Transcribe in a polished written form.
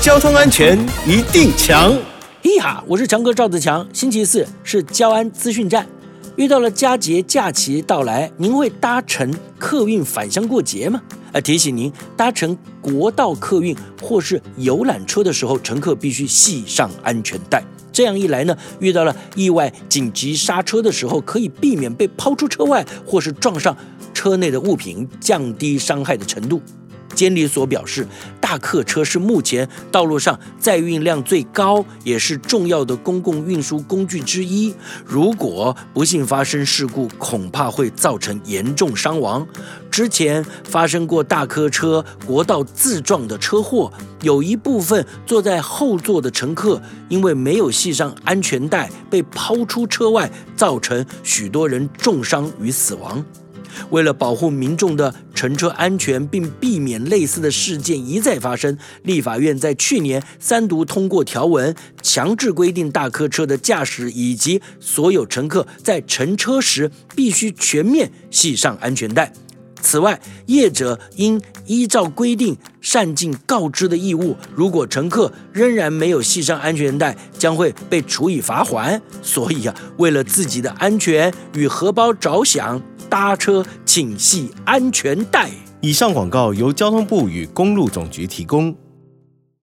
交通安全一定强。 嘿哈，我是强哥赵自强。星期四是交安资讯站，遇到了佳节假期到来，您会搭乘客运返乡过节吗？提醒您，搭乘国道客运或是游览车的时候，乘客必须系上安全带。这样一来呢，遇到了意外紧急刹车的时候，可以避免被抛出车外或是撞上车内的物品，降低伤害的程度。监理所表示，大客车是目前道路上载运量最高，也是重要的公共运输工具之一。如果不幸发生事故，恐怕会造成严重伤亡。之前发生过大客车国道自撞的车祸，有一部分坐在后座的乘客因为没有系上安全带，被抛出车外，造成许多人重伤与死亡。为了保护民众的乘车安全，并避免类似的事件一再发生，立法院在去年3读通过条文，强制规定大客车的驾驶以及所有乘客在乘车时必须全面系上安全带。此外，业者应依照规定善尽告知的义务，如果乘客仍然没有系上安全带，将会被处以罚锾。所以为了自己的安全与荷包着想，搭车请系安全带。 以上广告由交通部与公路总局提供。